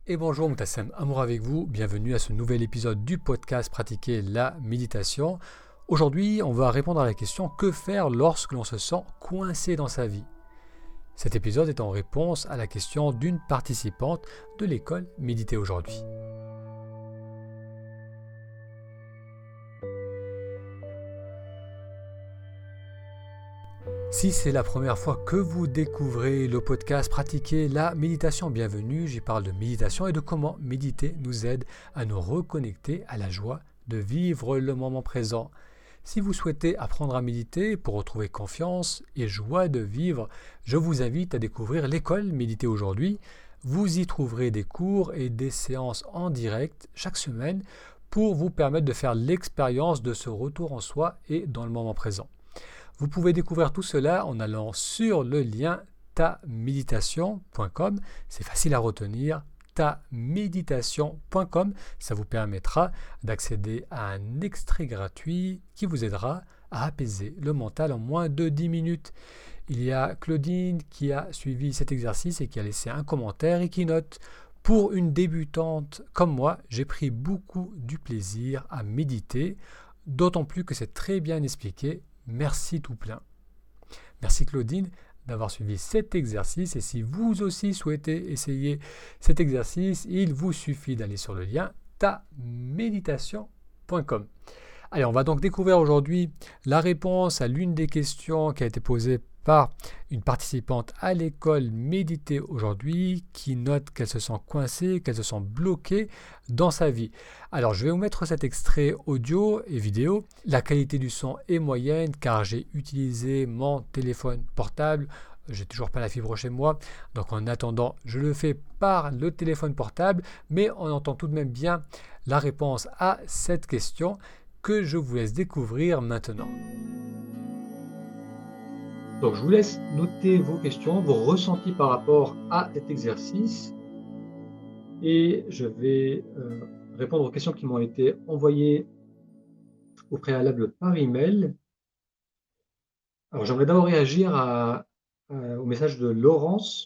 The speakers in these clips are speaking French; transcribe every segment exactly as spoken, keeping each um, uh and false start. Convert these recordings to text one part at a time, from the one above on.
Et bonjour, Moutassem Amour avec vous, bienvenue à ce nouvel épisode du podcast Pratiquer la méditation. Aujourd'hui, on va répondre à la question que faire lorsque l'on se sent coincé dans sa vie. Cet épisode est en réponse à la question d'une participante de l'école Méditer aujourd'hui. Si c'est la première fois que vous découvrez le podcast Pratiquer la méditation, bienvenue, j'y parle de méditation et de comment méditer nous aide à nous reconnecter à la joie de vivre le moment présent. Si vous souhaitez apprendre à méditer pour retrouver confiance et joie de vivre, je vous invite à découvrir l'école Méditer aujourd'hui. Vous y trouverez des cours et des séances en direct chaque semaine pour vous permettre de faire l'expérience de ce retour en soi et dans le moment présent. Vous pouvez découvrir tout cela en allant sur le lien ta méditation point com. C'est facile à retenir, ta méditation point com. Ça vous permettra d'accéder à un extrait gratuit qui vous aidera à apaiser le mental en moins de dix minutes. Il y a Claudine qui a suivi cet exercice et qui a laissé un commentaire et qui note: pour une débutante comme moi, j'ai pris beaucoup du plaisir à méditer, d'autant plus que c'est très bien expliqué. Merci tout plein. Merci Claudine d'avoir suivi cet exercice et si vous aussi souhaitez essayer cet exercice, il vous suffit d'aller sur le lien ta méditation point com. Allez, on va donc découvrir aujourd'hui la réponse à l'une des questions qui a été posée par une participante à l'école Méditer aujourd'hui qui note qu'elle se sent coincée, qu'elle se sent bloquée dans sa vie. Alors je vais vous mettre cet extrait audio et vidéo. La qualité du son est moyenne car j'ai utilisé mon téléphone portable. J'ai toujours pas la fibre chez moi, donc en attendant, je le fais par le téléphone portable, mais on entend tout de même bien la réponse à cette question que je vous laisse découvrir maintenant. Donc je vous laisse noter vos questions, vos ressentis par rapport à cet exercice et je vais euh, répondre aux questions qui m'ont été envoyées au préalable par email. Alors j'aimerais d'abord réagir à, à, au message de Laurence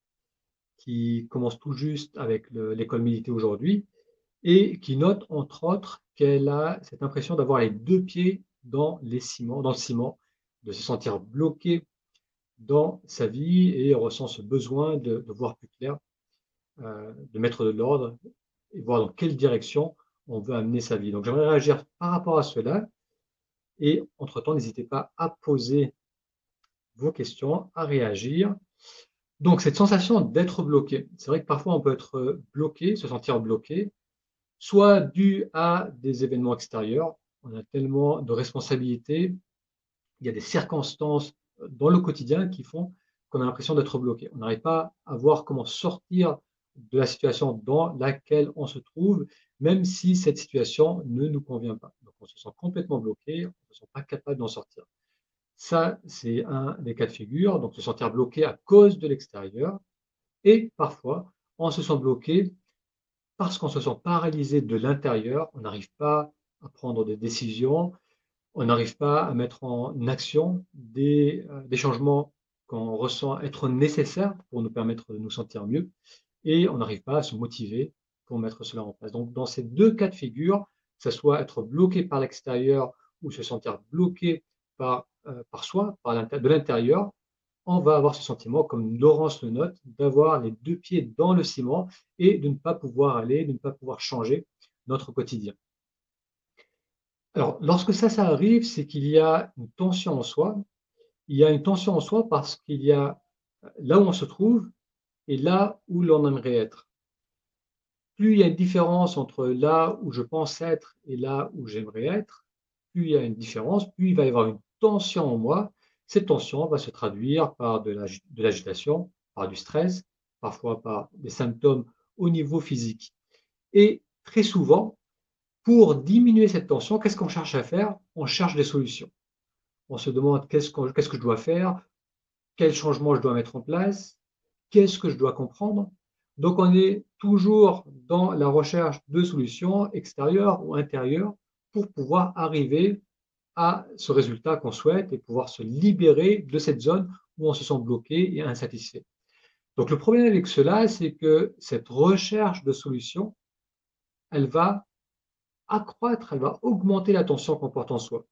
qui commence tout juste avec le, l'école Méditer aujourd'hui et qui note entre autres qu'elle a cette impression d'avoir les deux pieds dans les ciments, dans le ciment, de se sentir bloquée dans sa vie et ressent ce besoin de, de voir plus clair, euh, de mettre de l'ordre et voir dans quelle direction on veut amener sa vie. Donc j'aimerais réagir par rapport à cela et entre-temps, n'hésitez pas à poser vos questions, à réagir. Donc cette sensation d'être bloqué, c'est vrai que parfois on peut être bloqué, se sentir bloqué, soit dû à des événements extérieurs, on a tellement de responsabilités, il y a des circonstances dans le quotidien qui font qu'on a l'impression d'être bloqué. On n'arrive pas à voir comment sortir de la situation dans laquelle on se trouve, même si cette situation ne nous convient pas. Donc on se sent complètement bloqué, on ne se sent pas capable d'en sortir. Ça, c'est un des cas de figure, donc se sentir bloqué à cause de l'extérieur. Et parfois, on se sent bloqué parce qu'on se sent paralysé de l'intérieur, on n'arrive pas à prendre des décisions, on n'arrive pas à mettre en action des, euh, des changements qu'on ressent être nécessaires pour nous permettre de nous sentir mieux et on n'arrive pas à se motiver pour mettre cela en place. Donc, dans ces deux cas de figure, que ce soit être bloqué par l'extérieur ou se sentir bloqué par, euh, par soi, par de l'intérieur, on va avoir ce sentiment, comme Laurence le note, d'avoir les deux pieds dans le ciment et de ne pas pouvoir aller, de ne pas pouvoir changer notre quotidien. Alors, lorsque ça, ça arrive, c'est qu'il y a une tension en soi. Il y a une tension en soi parce qu'il y a là où on se trouve et là où l'on aimerait être. Plus il y a une différence entre là où je pense être et là où j'aimerais être, plus il y a une différence, plus il va y avoir une tension en moi. Cette tension va se traduire par de l'agitation, par du stress, parfois par des symptômes au niveau physique. Et très souvent, pour diminuer cette tension, qu'est-ce qu'on cherche à faire? On cherche des solutions. On se demande qu'est-ce que, qu'est-ce que je dois faire, quel changement je dois mettre en place, qu'est-ce que je dois comprendre. Donc on est toujours dans la recherche de solutions extérieures ou intérieures pour pouvoir arriver à ce résultat qu'on souhaite et pouvoir se libérer de cette zone où on se sent bloqué et insatisfait. Donc le problème avec cela, c'est que cette recherche de solutions, elle va accroître, elle va augmenter la tension qu'on porte en soi.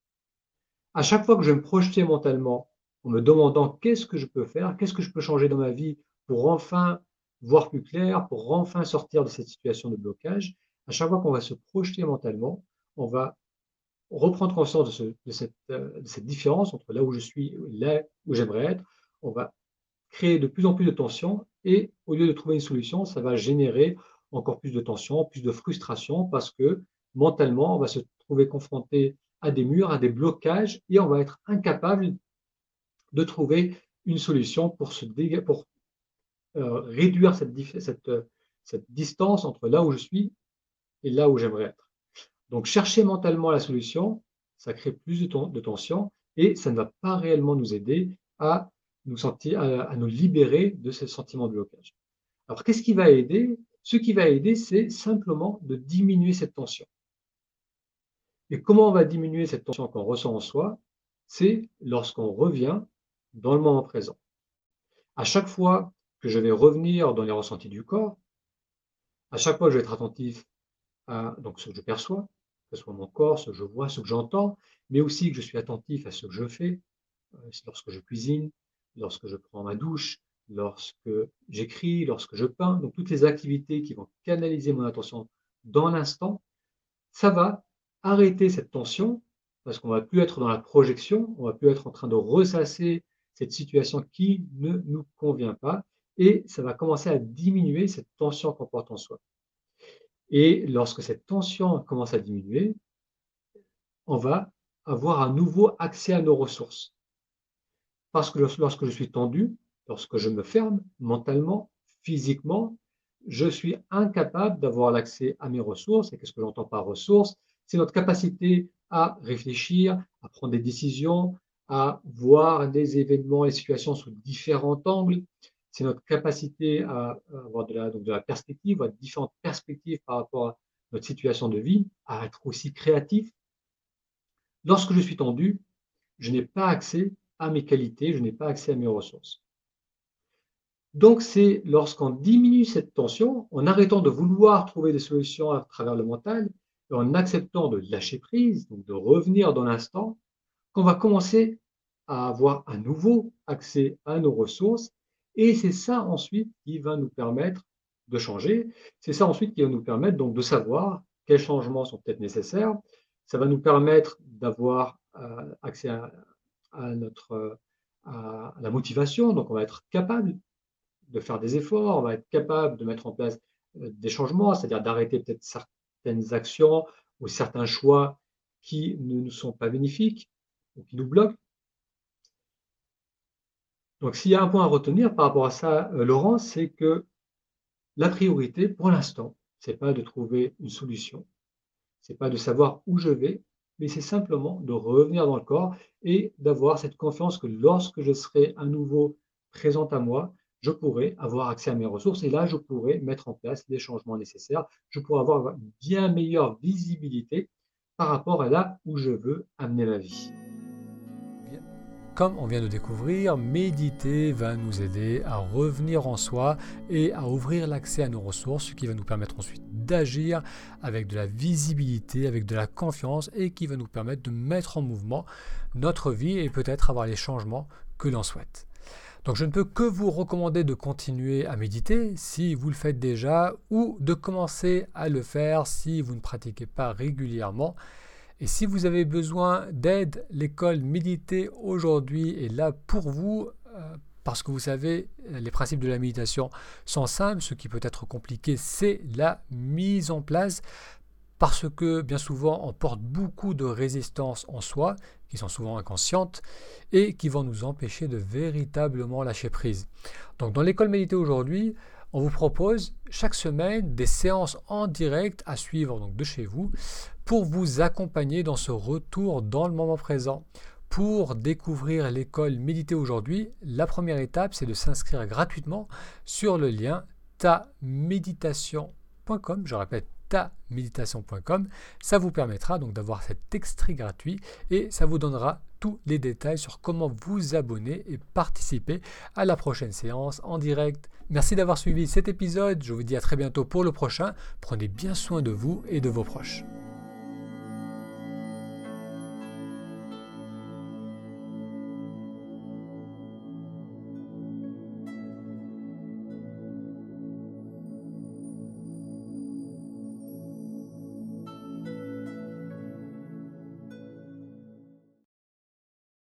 À chaque fois que je vais me projeter mentalement en me demandant qu'est-ce que je peux faire, qu'est-ce que je peux changer dans ma vie pour enfin voir plus clair, pour enfin sortir de cette situation de blocage, à chaque fois qu'on va se projeter mentalement, on va reprendre conscience de, ce, de, cette, euh, de cette différence entre là où je suis et là où j'aimerais être. On va créer de plus en plus de tension et au lieu de trouver une solution, ça va générer encore plus de tension, plus de frustration parce que mentalement, on va se trouver confronté à des murs, à des blocages et on va être incapable de trouver une solution pour, se déga- pour euh, réduire cette, cette, euh, cette distance entre là où je suis et là où j'aimerais être. Donc, chercher mentalement la solution, ça crée plus de, ten- de tension et ça ne va pas réellement nous aider à nous sentir, à, à nous libérer de ce sentiment de blocage. Alors, qu'est-ce qui va aider? Ce qui va aider, c'est simplement de diminuer cette tension. Et comment on va diminuer cette tension qu'on ressent en soi? C'est lorsqu'on revient dans le moment présent. À chaque fois que je vais revenir dans les ressentis du corps, à chaque fois que je vais être attentif à donc ce que je perçois, que ce soit mon corps, ce que je vois, ce que j'entends, mais aussi que je suis attentif à ce que je fais, euh, lorsque je cuisine, lorsque je prends ma douche, lorsque j'écris, lorsque je peins, donc toutes les activités qui vont canaliser mon attention dans l'instant, ça va arrêter cette tension parce qu'on va plus être dans la projection, on va plus être en train de ressasser cette situation qui ne nous convient pas et ça va commencer à diminuer cette tension qu'on porte en soi. Et lorsque cette tension commence à diminuer, on va avoir à nouveau accès à nos ressources. Parce que lorsque je suis tendu, lorsque je me ferme mentalement, physiquement, je suis incapable d'avoir l'accès à mes ressources. Et qu'est-ce que j'entends par ressources? C'est notre capacité à réfléchir, à prendre des décisions, à voir les événements, les situations sous différents angles. C'est notre capacité à avoir de la, donc de la perspective, à différentes perspectives par rapport à notre situation de vie, à être aussi créatif. Lorsque je suis tendu, je n'ai pas accès à mes qualités, je n'ai pas accès à mes ressources. Donc, c'est lorsqu'on diminue cette tension, en arrêtant de vouloir trouver des solutions à travers le mental, et en acceptant de lâcher prise, donc de revenir dans l'instant, qu'on va commencer à avoir à nouveau accès à nos ressources. Et c'est ça ensuite qui va nous permettre de changer. C'est ça ensuite qui va nous permettre donc de savoir quels changements sont peut-être nécessaires. Ça va nous permettre d'avoir euh, accès à, à notre à la motivation. Donc, on va être capable de faire des efforts, on va être capable de mettre en place euh, des changements, c'est-à-dire d'arrêter peut-être certaines actions ou certains choix qui ne nous sont pas bénéfiques ou qui nous bloquent. Donc, s'il y a un point à retenir par rapport à ça, euh, Laurent, c'est que la priorité, pour l'instant, c'est pas de trouver une solution, c'est pas de savoir où je vais, mais c'est simplement de revenir dans le corps et d'avoir cette confiance que lorsque je serai à nouveau présent à moi, je pourrai avoir accès à mes ressources et là, je pourrai mettre en place les changements nécessaires. Je pourrai avoir une bien meilleure visibilité par rapport à là où je veux amener ma vie. Comme on vient de découvrir, méditer va nous aider à revenir en soi et à ouvrir l'accès à nos ressources, ce qui va nous permettre ensuite d'agir avec de la visibilité, avec de la confiance et qui va nous permettre de mettre en mouvement notre vie et peut-être avoir les changements que l'on souhaite. Donc je ne peux que vous recommander de continuer à méditer si vous le faites déjà ou de commencer à le faire si vous ne pratiquez pas régulièrement. Et si vous avez besoin d'aide, l'école Méditer aujourd'hui est là pour vous euh, parce que vous savez, les principes de la méditation sont simples. Ce qui peut être compliqué, c'est la mise en place parce que bien souvent, on porte beaucoup de résistance en soi, qui sont souvent inconscientes et qui vont nous empêcher de véritablement lâcher prise. Donc dans l'école Méditer aujourd'hui, on vous propose chaque semaine des séances en direct à suivre donc de chez vous pour vous accompagner dans ce retour dans le moment présent. Pour découvrir l'école Méditer aujourd'hui, la première étape, c'est de s'inscrire gratuitement sur le lien ta méditation point com. Je répète, ta méditation point com. Ça vous permettra donc d'avoir cet extrait gratuit et ça vous donnera tous les détails sur comment vous abonner et participer à la prochaine séance en direct. Merci d'avoir suivi cet épisode. Je vous dis à très bientôt pour le prochain. Prenez bien soin de vous et de vos proches.